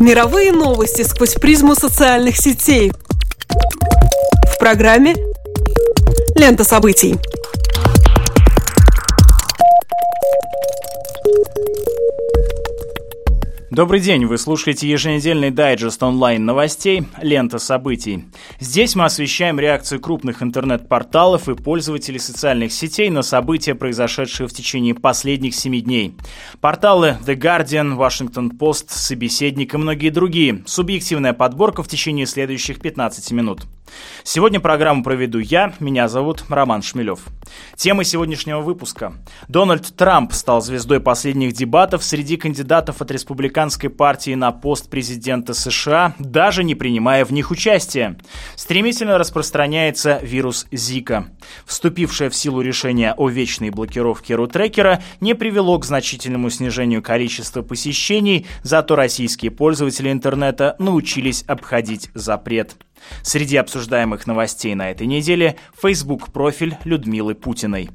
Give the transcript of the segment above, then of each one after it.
Мировые новости сквозь призму социальных сетей. В программе «Лента событий». Добрый день, вы слушаете еженедельный дайджест онлайн-новостей «Лента событий». Здесь мы освещаем реакцию крупных интернет-порталов и пользователей социальных сетей на события, произошедшие в течение последних 7 дней. Порталы The Guardian, Washington Post, Собеседник и многие другие. Субъективная подборка в течение следующих 15 минут. Сегодня программу проведу я, меня зовут Роман Шмелев. Тема сегодняшнего выпуска. Дональд Трамп стал звездой последних дебатов среди кандидатов от республиканской партии на пост президента США, даже не принимая в них участие. Стремительно распространяется вирус Зика. Вступившее в силу решение о вечной блокировке рутрекера не привело к значительному снижению количества посещений, зато российские пользователи интернета научились обходить запрет. Среди обсуждаемых новостей на этой неделе Facebook-профиль Людмилы Путиной.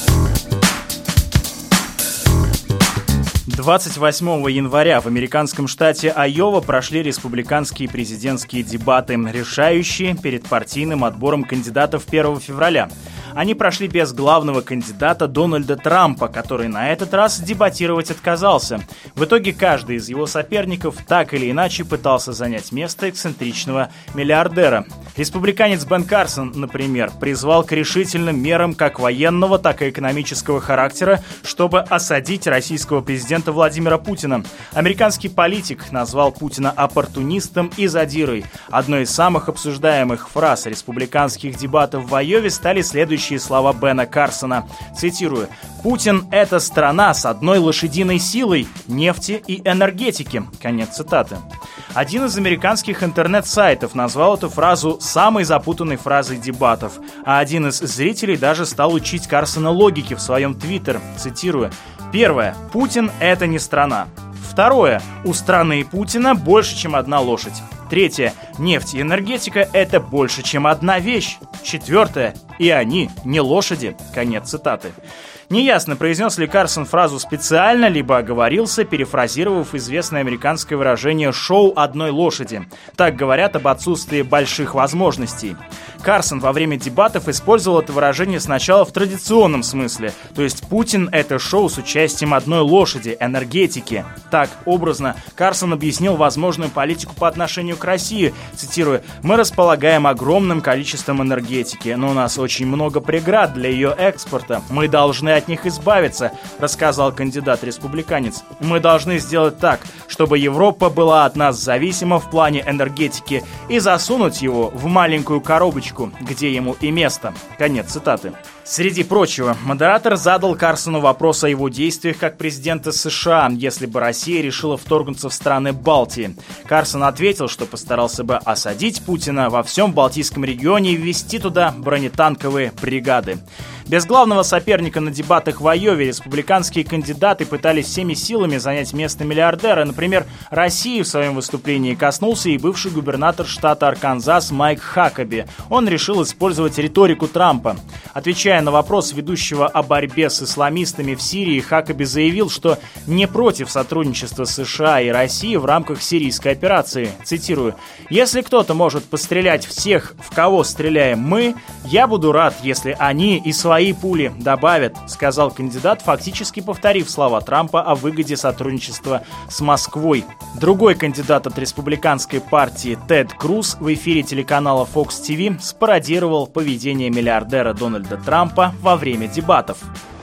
28 января в американском штате Айова прошли республиканские президентские дебаты, решающие перед партийным отбором кандидатов 1 февраля. Они прошли без главного кандидата Дональда Трампа, который на этот раз дебатировать отказался. В итоге каждый из его соперников так или иначе пытался занять место эксцентричного миллиардера. Республиканец Бен Карсон, например, призвал к решительным мерам как военного, так и экономического характера, чтобы осадить российского президента Владимира Путина. Американский политик назвал Путина оппортунистом и задирой. Одной из самых обсуждаемых фраз республиканских дебатов в Айове стали следующие слова Бена Карсона. Цитирую: «Путин – это страна с одной лошадиной силой, нефти и энергетики». Конец цитаты. Один из американских интернет-сайтов назвал эту фразу самой запутанной фразой дебатов, а один из зрителей даже стал учить Карсона логике в своем твиттер. Цитирую: «Первое. Путин – это не страна. Второе. У страны и Путина больше, чем одна лошадь. Третье. Нефть и энергетика – это больше, чем одна вещь. Четвертое. И они не лошади». Конец цитаты. Неясно, произнес ли Карсон фразу специально, либо оговорился, перефразировав известное американское выражение «шоу одной лошади». Так говорят об отсутствии больших возможностей. Карсон во время дебатов использовал это выражение сначала в традиционном смысле, то есть Путин – это шоу с участием одной лошади – энергетики. Так, образно, Карсон объяснил возможную политику по отношению к России, цитирую: «Мы располагаем огромным количеством энергетики, но у нас очень много преград для ее экспорта. Мы должны от них избавиться», рассказал кандидат-республиканец. «Мы должны сделать так, чтобы Европа была от нас зависима в плане энергетики и засунуть его в маленькую коробочку, где ему и место». Конец цитаты. Среди прочего, модератор задал Карсону вопрос о его действиях как президента США, если бы Россия решила вторгнуться в страны Балтии. Карсон ответил, что постарался бы осадить Путина во всем Балтийском регионе и ввести туда бронетанковые бригады. Без главного соперника на дебатах в Айове республиканские кандидаты пытались всеми силами занять место миллиардера. Например, России в своем выступлении коснулся и бывший губернатор штата Арканзас Майк Хакаби. Он решил использовать риторику Трампа. Отвечая на вопрос ведущего о борьбе с исламистами в Сирии, Хакаби заявил, что не против сотрудничества США и России в рамках сирийской операции. Цитирую: «Если кто-то может пострелять в тех, в кого стреляем мы, я буду рад, если они и свои пули добавят», сказал кандидат, фактически повторив слова Трампа о выгоде сотрудничества с Москвой. Другой кандидат от республиканской партии Тед Круз в эфире телеканала Fox TV спародировал поведение миллиардера Дональда Трампа во время дебатов.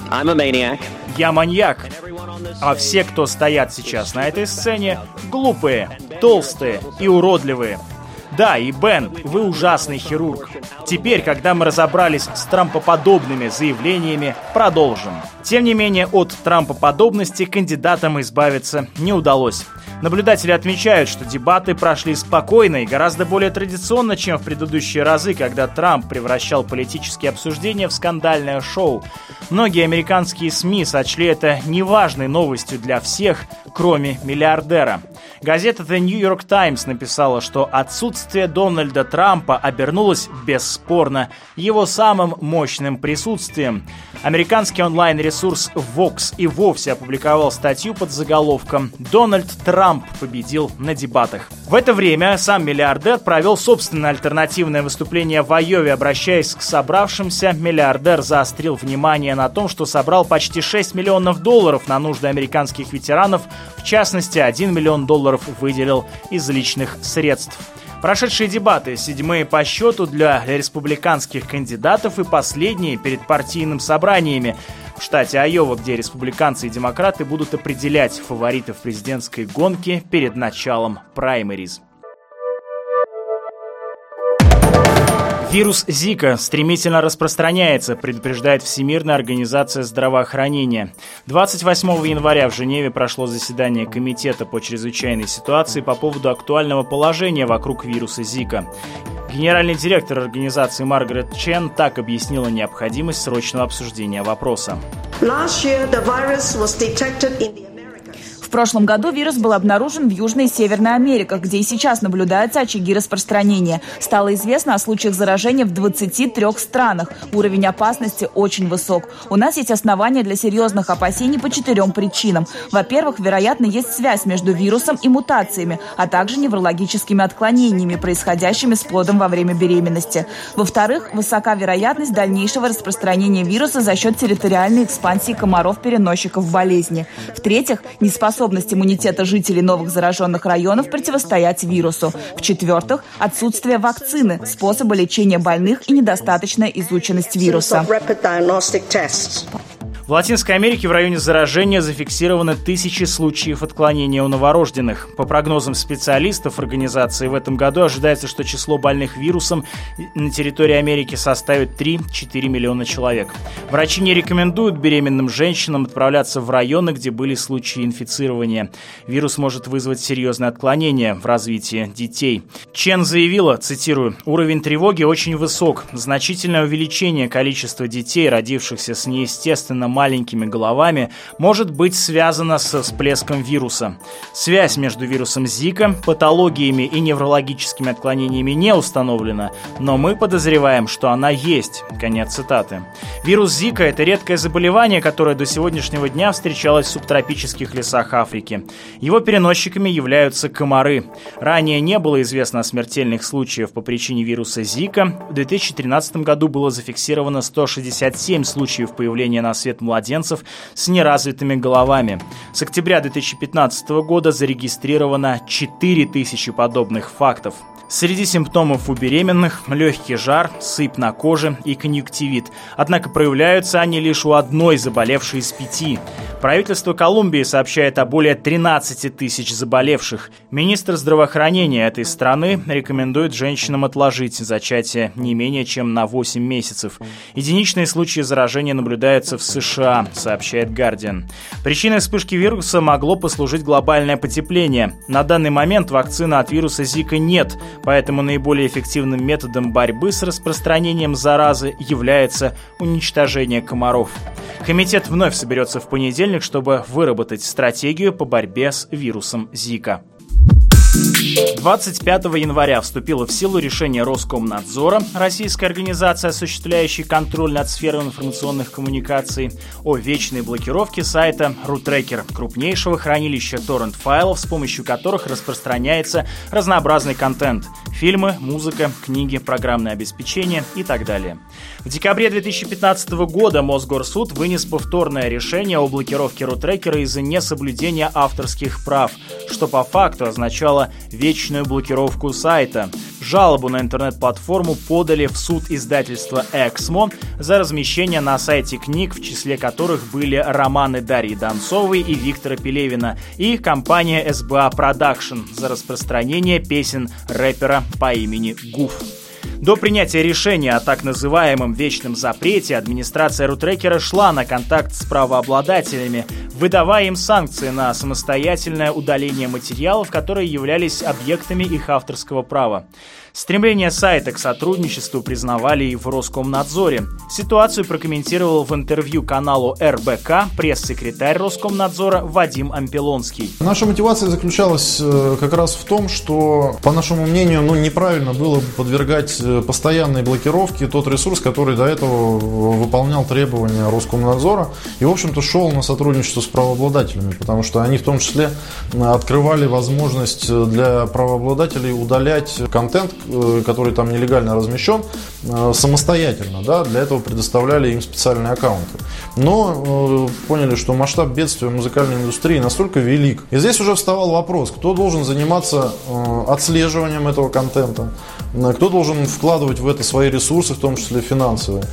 «Я маньяк, а все, кто стоят сейчас на этой сцене, глупые, толстые и уродливые. Да, и Бен, вы ужасный хирург. Теперь, когда мы разобрались с трампоподобными заявлениями, продолжим». Тем не менее, от трампоподобности кандидатам избавиться не удалось. Наблюдатели отмечают, что дебаты прошли спокойно и гораздо более традиционно, чем в предыдущие разы, когда Трамп превращал политические обсуждения в скандальное шоу. Многие американские СМИ сочли это неважной новостью для всех, кроме миллиардера. Газета The New York Times написала, что отсутствие Дональда Трампа обернулось, бесспорно, его самым мощным присутствием. Американский онлайн-ресурс Vox и вовсе опубликовал статью под заголовком «Дональд Трамп Трамп победил на дебатах. В это время сам миллиардер провел собственное альтернативное выступление в Айове. Обращаясь к собравшимся, миллиардер заострил внимание на том, что собрал почти $6 миллионов на нужды американских ветеранов. В частности, $1 миллион выделил из личных средств. Прошедшие дебаты, 7-е по счету для республиканских кандидатов и последние перед партийными собраниями в штате Айова, где республиканцы и демократы будут определять фаворитов президентской гонки перед началом праймериз. Вирус Зика стремительно распространяется, предупреждает Всемирная организация здравоохранения. 28 января в Женеве прошло заседание Комитета по чрезвычайной ситуации по поводу актуального положения вокруг вируса Зика. Генеральный директор организации Маргарет Чен так объяснила необходимость срочного обсуждения вопроса. В прошлом году вирус был обнаружен в Южной и Северной Америках, где и сейчас наблюдаются очаги распространения. Стало известно о случаях заражения в 23 странах. Уровень опасности очень высок. У нас есть основания для серьезных опасений по 4 причинам. Во-первых, вероятно, есть связь между вирусом и мутациями, а также неврологическими отклонениями, происходящими с плодом во время беременности. Во-вторых, высока вероятность дальнейшего распространения вируса за счет территориальной экспансии комаров-переносчиков болезни. В-третьих, неспособность иммунитета жителей новых зараженных районов противостоять вирусу. В-четвертых, отсутствие вакцины, способа лечения больных и недостаточная изученность вируса. В Латинской Америке в районе заражения зафиксировано тысячи случаев отклонения у новорожденных. По прогнозам специалистов организации, в этом году ожидается, что число больных вирусом на территории Америки составит 3-4 миллиона человек. Врачи не рекомендуют беременным женщинам отправляться в районы, где были случаи инфицирования. Вирус может вызвать серьезные отклонения в развитии детей. Чен заявила, цитирую, «Уровень тревоги очень высок. Значительное увеличение количества детей, родившихся с неестественно маленькими головами, может быть связано со всплеском вируса. Связь между вирусом Зика, патологиями и неврологическими отклонениями не установлена, но мы подозреваем, что она есть». Конец цитаты. Вирус Зика – это редкое заболевание, которое до сегодняшнего дня встречалось в субтропических лесах Африки. Его переносчиками являются комары. Ранее не было известно о смертельных случаях по причине вируса Зика. В 2013 году было зафиксировано 167 случаев появления на свет младенцев с неразвитыми головами. С октября 2015 года зарегистрировано 4000 подобных фактов. Среди симптомов у беременных – легкий жар, сыпь на коже и конъюнктивит. Однако проявляются они лишь у одной заболевшей из 5. Правительство Колумбии сообщает о более 13 тысяч заболевших. Министр здравоохранения этой страны рекомендует женщинам отложить зачатие не менее чем на 8 месяцев. Единичные случаи заражения наблюдаются в США, сообщает Guardian. Причиной вспышки вируса могло послужить глобальное потепление. На данный момент вакцины от вируса Зика нет, поэтому наиболее эффективным методом борьбы с распространением заразы является уничтожение комаров. Комитет вновь соберется в понедельник, чтобы выработать стратегию по борьбе с вирусом Зика. 25 января вступило в силу решение Роскомнадзора, российской организации, осуществляющей контроль над сферой информационных коммуникаций, о вечной блокировке сайта RootTracker, крупнейшего хранилища торрент-файлов, с помощью которых распространяется разнообразный контент – фильмы, музыка, книги, программное обеспечение и так далее. В декабре 2015 года Мосгорсуд вынес повторное решение о блокировке RootTracker из-за несоблюдения авторских прав, что по факту означало вечную блокировку сайта. Жалобу на интернет-платформу подали в суд издательства «Эксмо» за размещение на сайте книг, в числе которых были романы Дарьи Донцовой и Виктора Пелевина, и компания SBA Production за распространение песен рэпера по имени Гуф. До принятия решения о так называемом вечном запрете администрация RootTracker шла на контакт с правообладателями, выдавая им санкции на самостоятельное удаление материалов, которые являлись объектами их авторского права. Стремление сайта к сотрудничеству признавали и в Роскомнадзоре. Ситуацию прокомментировал в интервью каналу РБК пресс-секретарь Роскомнадзора Вадим Ампелонский. Наша мотивация заключалась как раз в том, что, по нашему мнению, неправильно было бы подвергать постоянной блокировке тот ресурс, который до этого выполнял требования Роскомнадзора и, в общем-то, шел на сотрудничество с правообладателями, потому что они в том числе открывали возможность для правообладателей удалять контент, который там нелегально размещен, самостоятельно. Да? Для этого предоставляли им специальные аккаунты. Но поняли, что масштаб бедствия музыкальной индустрии настолько велик. И здесь уже вставал вопрос, кто должен заниматься отслеживанием этого контента, кто должен вкладывать в это свои ресурсы, в том числе финансовые.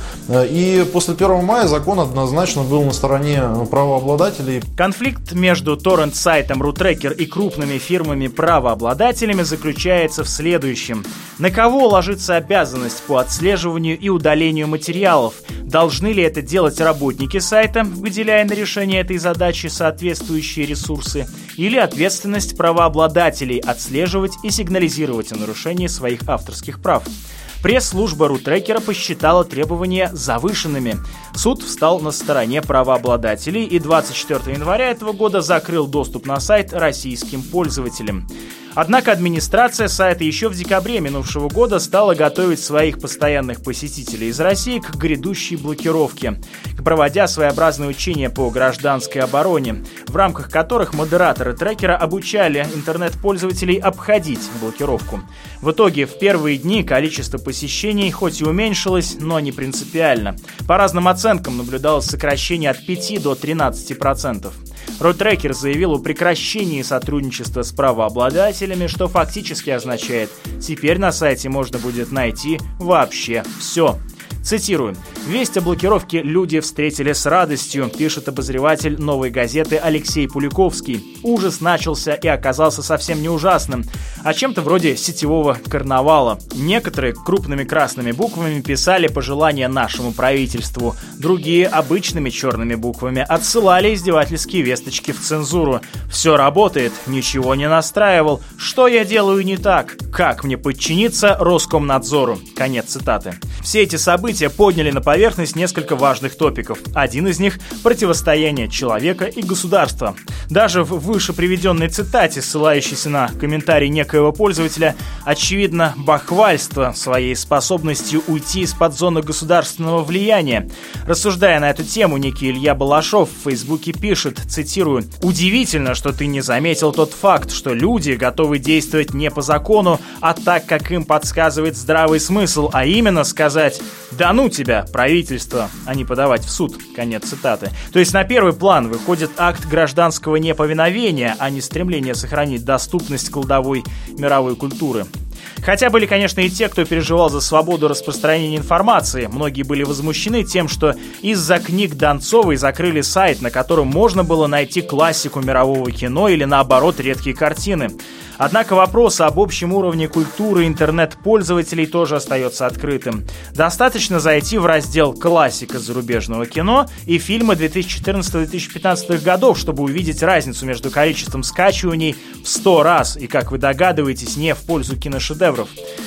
И после 1 мая закон однозначно был на стороне правообладателей. Конфликт между торрент-сайтом RootTracker и крупными фирмами-правообладателями заключается в следующем. На кого ложится обязанность по отслеживанию и удалению материалов? Должны ли это делать работники сайта, выделяя на решение этой задачи соответствующие ресурсы? Или ответственность правообладателей отслеживать и сигнализировать о нарушении своих авторских прав? Пресс-служба RootTracker посчитала требования завышенными. Суд встал на стороне правообладателей и 24 января этого года закрыл доступ на сайт российским пользователям. Однако администрация сайта еще в декабре минувшего года стала готовить своих постоянных посетителей из России к грядущей блокировке, проводя своеобразные учения по гражданской обороне, в рамках которых модераторы трекера обучали интернет-пользователей обходить блокировку. В итоге в первые дни количество посещений хоть и уменьшилось, но не принципиально. По разным оценкам наблюдалось сокращение от 5 до 13%. RootTracker заявил о прекращении сотрудничества с правообладателями, что фактически означает, теперь на сайте можно будет найти вообще все. Цитирую. «Весть о блокировке люди встретили с радостью», пишет обозреватель «Новой газеты» Алексей Пуликовский. «Ужас начался и оказался совсем не ужасным, а чем-то вроде сетевого карнавала. Некоторые крупными красными буквами писали пожелания нашему правительству, другие обычными черными буквами отсылали издевательские весточки в цензуру. Все работает, ничего не настраивал. Что я делаю не так? Как мне подчиниться Роскомнадзору?» Конец цитаты. Все эти события подняли на поверхность несколько важных топиков. Один из них – противостояние человека и государства. Даже в выше приведенной цитате, ссылающейся на комментарий некоего пользователя, очевидно бахвальство своей способностью уйти из-под зоны государственного влияния. Рассуждая на эту тему, некий Илья Балашов в Фейсбуке пишет, цитирую, «Удивительно, что ты не заметил тот факт, что люди готовы действовать не по закону, а так, как им подсказывает здравый смысл, а именно сказать «Да ну тебя, правительство», а не подавать в суд». Конец цитаты. То есть на первый план выходит акт гражданского неповиновения, а не стремление сохранить доступность кладовой мировой культуры. Хотя были, конечно, и те, кто переживал за свободу распространения информации. Многие были возмущены тем, что из-за книг Донцовой закрыли сайт, на котором можно было найти классику мирового кино или, наоборот, редкие картины. Однако вопрос об общем уровне культуры интернет-пользователей тоже остается открытым. Достаточно зайти в раздел «Классика зарубежного кино» и фильмы 2014-2015 годов, чтобы увидеть разницу между количеством скачиваний в 100 раз и, как вы догадываетесь, не в пользу киношедевров.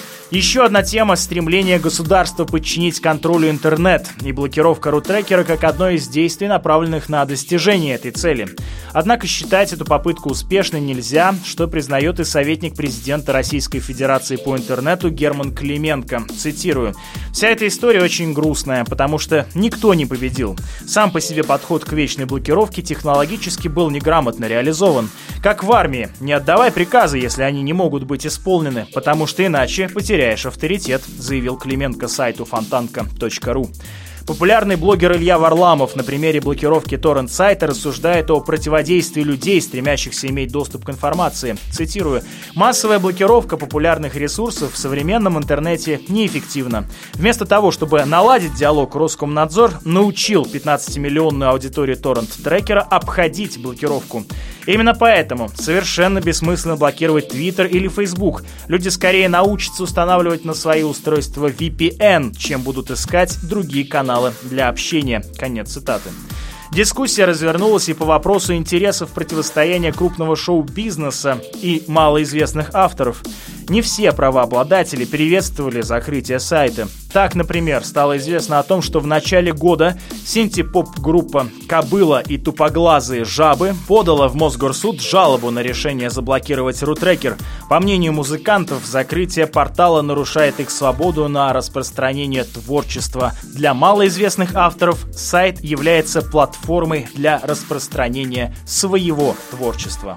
Еще одна тема – стремление государства подчинить контролю интернет и блокировка RootTracker как одно из действий, направленных на достижение этой цели. Однако считать эту попытку успешной нельзя, что признает и советник президента Российской Федерации по интернету Герман Клименко. Цитирую. «Вся эта история очень грустная, потому что никто не победил. Сам по себе подход к вечной блокировке технологически был неграмотно реализован. Как в армии, не отдавай приказы, если они не могут быть исполнены, потому что иначе потеряешь авторитет», заявил Клименко сайту fontanka.ru. Популярный блогер Илья Варламов на примере блокировки торрент-сайта рассуждает о противодействии людей, стремящихся иметь доступ к информации. Цитирую. «Массовая блокировка популярных ресурсов в современном интернете неэффективна. Вместо того, чтобы наладить диалог, Роскомнадзор научил 15-миллионную аудиторию торрент-трекера обходить блокировку. Именно поэтому совершенно бессмысленно блокировать Twitter или Facebook. Люди скорее научатся устанавливать на свои устройства VPN, чем будут искать другие каналы для общения». Конец цитаты. Дискуссия развернулась и по вопросу интересов противостояния крупного шоу-бизнеса и малоизвестных авторов. Не все правообладатели приветствовали закрытие сайта. Так, например, стало известно о том, что в начале года синти-поп-группа «Кобыла» и «Тупоглазые жабы» подала в Мосгорсуд жалобу на решение заблокировать рутрекер. По мнению музыкантов, закрытие портала нарушает их свободу на распространение творчества. Для малоизвестных авторов сайт является платформой для распространения своего творчества.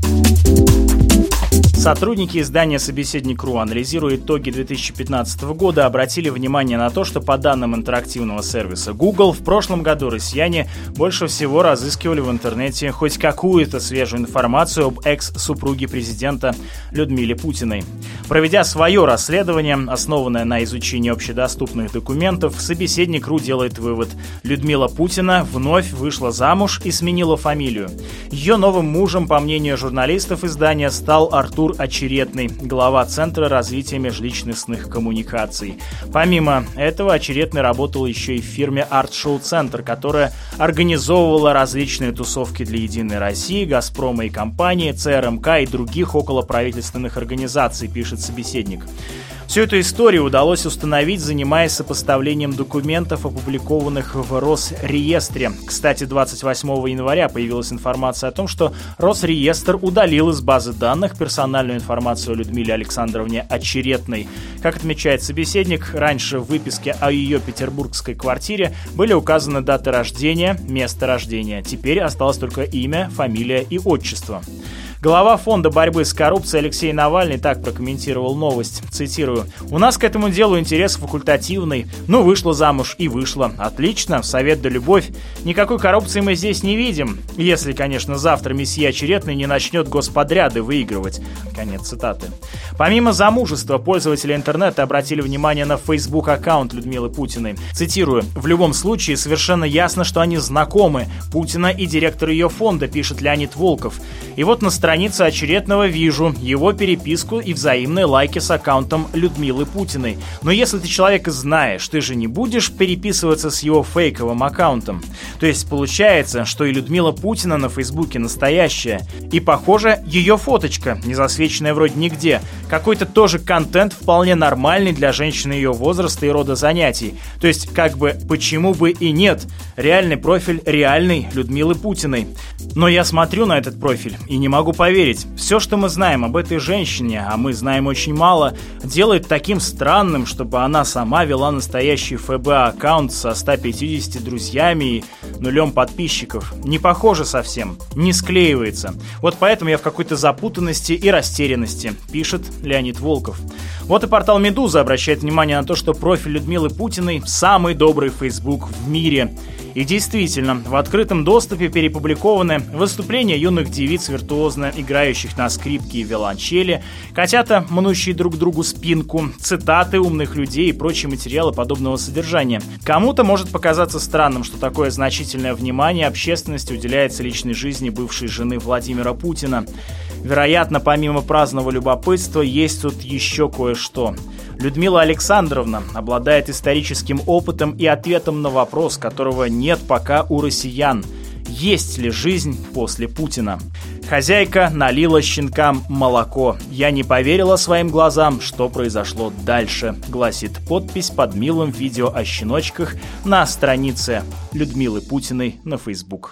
Сотрудники издания «Собеседник.ру», анализируя итоги 2015 года, обратили внимание на то, что по данным интерактивного сервиса Google, в прошлом году россияне больше всего разыскивали в интернете хоть какую-то свежую информацию об экс-супруге президента Людмиле Путиной. Проведя свое расследование, основанное на изучении общедоступных документов, «Собеседник.ру» делает вывод: Людмила Путина вновь вышла замуж и сменила фамилию. Ее новым мужем, по мнению журналистов издания, стал Артур Очеретный, глава Центра развития межличностных коммуникаций. Помимо этого, Очеретный работал еще и в фирме Art Show Center, которая организовывала различные тусовки для «Единой России», «Газпрома» и компании, ЦРМК и других околоправительственных организаций, пишет «Собеседник». Всю эту историю удалось установить, занимаясь сопоставлением документов, опубликованных в Росреестре. Кстати, 28 января появилась информация о том, что Росреестр удалил из базы данных персональную информацию о Людмиле Александровне Очеретной. Как отмечает «Собеседник», раньше в выписке о ее петербургской квартире были указаны даты рождения, место рождения. Теперь осталось только имя, фамилия и отчество. Глава фонда борьбы с коррупцией Алексей Навальный так прокомментировал новость, цитирую: «У нас к этому делу интерес факультативный. Ну, вышла замуж и вышла. Отлично, совет да любовь. Никакой коррупции мы здесь не видим. Если, конечно, завтра месье Очеретный не начнет господряды выигрывать». Конец цитаты. Помимо замужества, пользователи интернета обратили внимание на Facebook-аккаунт Людмилы Путиной. Цитирую: «В любом случае совершенно ясно, что они знакомы. Путина и директор ее фонда», пишет Леонид Волков. И вот на странице Очеретного вижу его переписку и взаимные лайки с аккаунтом Людмилы Путиной. Но если ты человека знаешь, ты же не будешь переписываться с его фейковым аккаунтом. То есть получается, что и Людмила Путина на Фейсбуке настоящая. И похоже, ее фоточка, не засвеченная вроде нигде. Какой-то тоже контент вполне нормальный для женщины ее возраста и рода занятий. То есть как бы почему бы и нет. Реальный профиль реальной Людмилы Путиной. Но я смотрю на этот профиль и не могу поверить. Все, что мы знаем об этой женщине, а мы знаем очень мало, делает таким странным, чтобы она сама вела настоящий ФБ-аккаунт со 150 друзьями и 0 подписчиков. Не похоже совсем, не склеивается. Вот поэтому я в какой-то запутанности и растерянности, пишет Леонид Волков. Вот и портал «Медуза» обращает внимание на то, что профиль Людмилы Путиной – самый добрый Facebook в мире. И действительно, в открытом доступе перепубликованы выступления юных девиц, виртуозно играющих на скрипке и виолончели, котята, мнущие друг другу спинку, цитаты умных людей и прочие материалы подобного содержания. Кому-то может показаться странным, что такое значительное внимание общественности уделяется личной жизни бывшей жены Владимира Путина. Вероятно, помимо праздного любопытства, есть тут еще кое-что. Людмила Александровна обладает историческим опытом и ответом на вопрос, которого нет пока у россиян. Есть ли жизнь после Путина? Хозяйка налила щенкам молоко. Я не поверила своим глазам, что произошло дальше, гласит подпись под милым видео о щеночках на странице Людмилы Путиной на Facebook.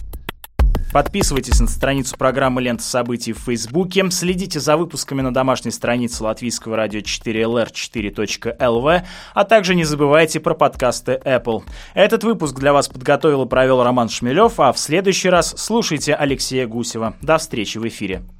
Подписывайтесь на страницу программы «Лента событий» в Фейсбуке, следите за выпусками на домашней странице латвийского радио 4LR4.lv, а также не забывайте про подкасты Apple. Этот выпуск для вас подготовил и провел Роман Шмелев, а в следующий раз слушайте Алексея Гусева. До встречи в эфире.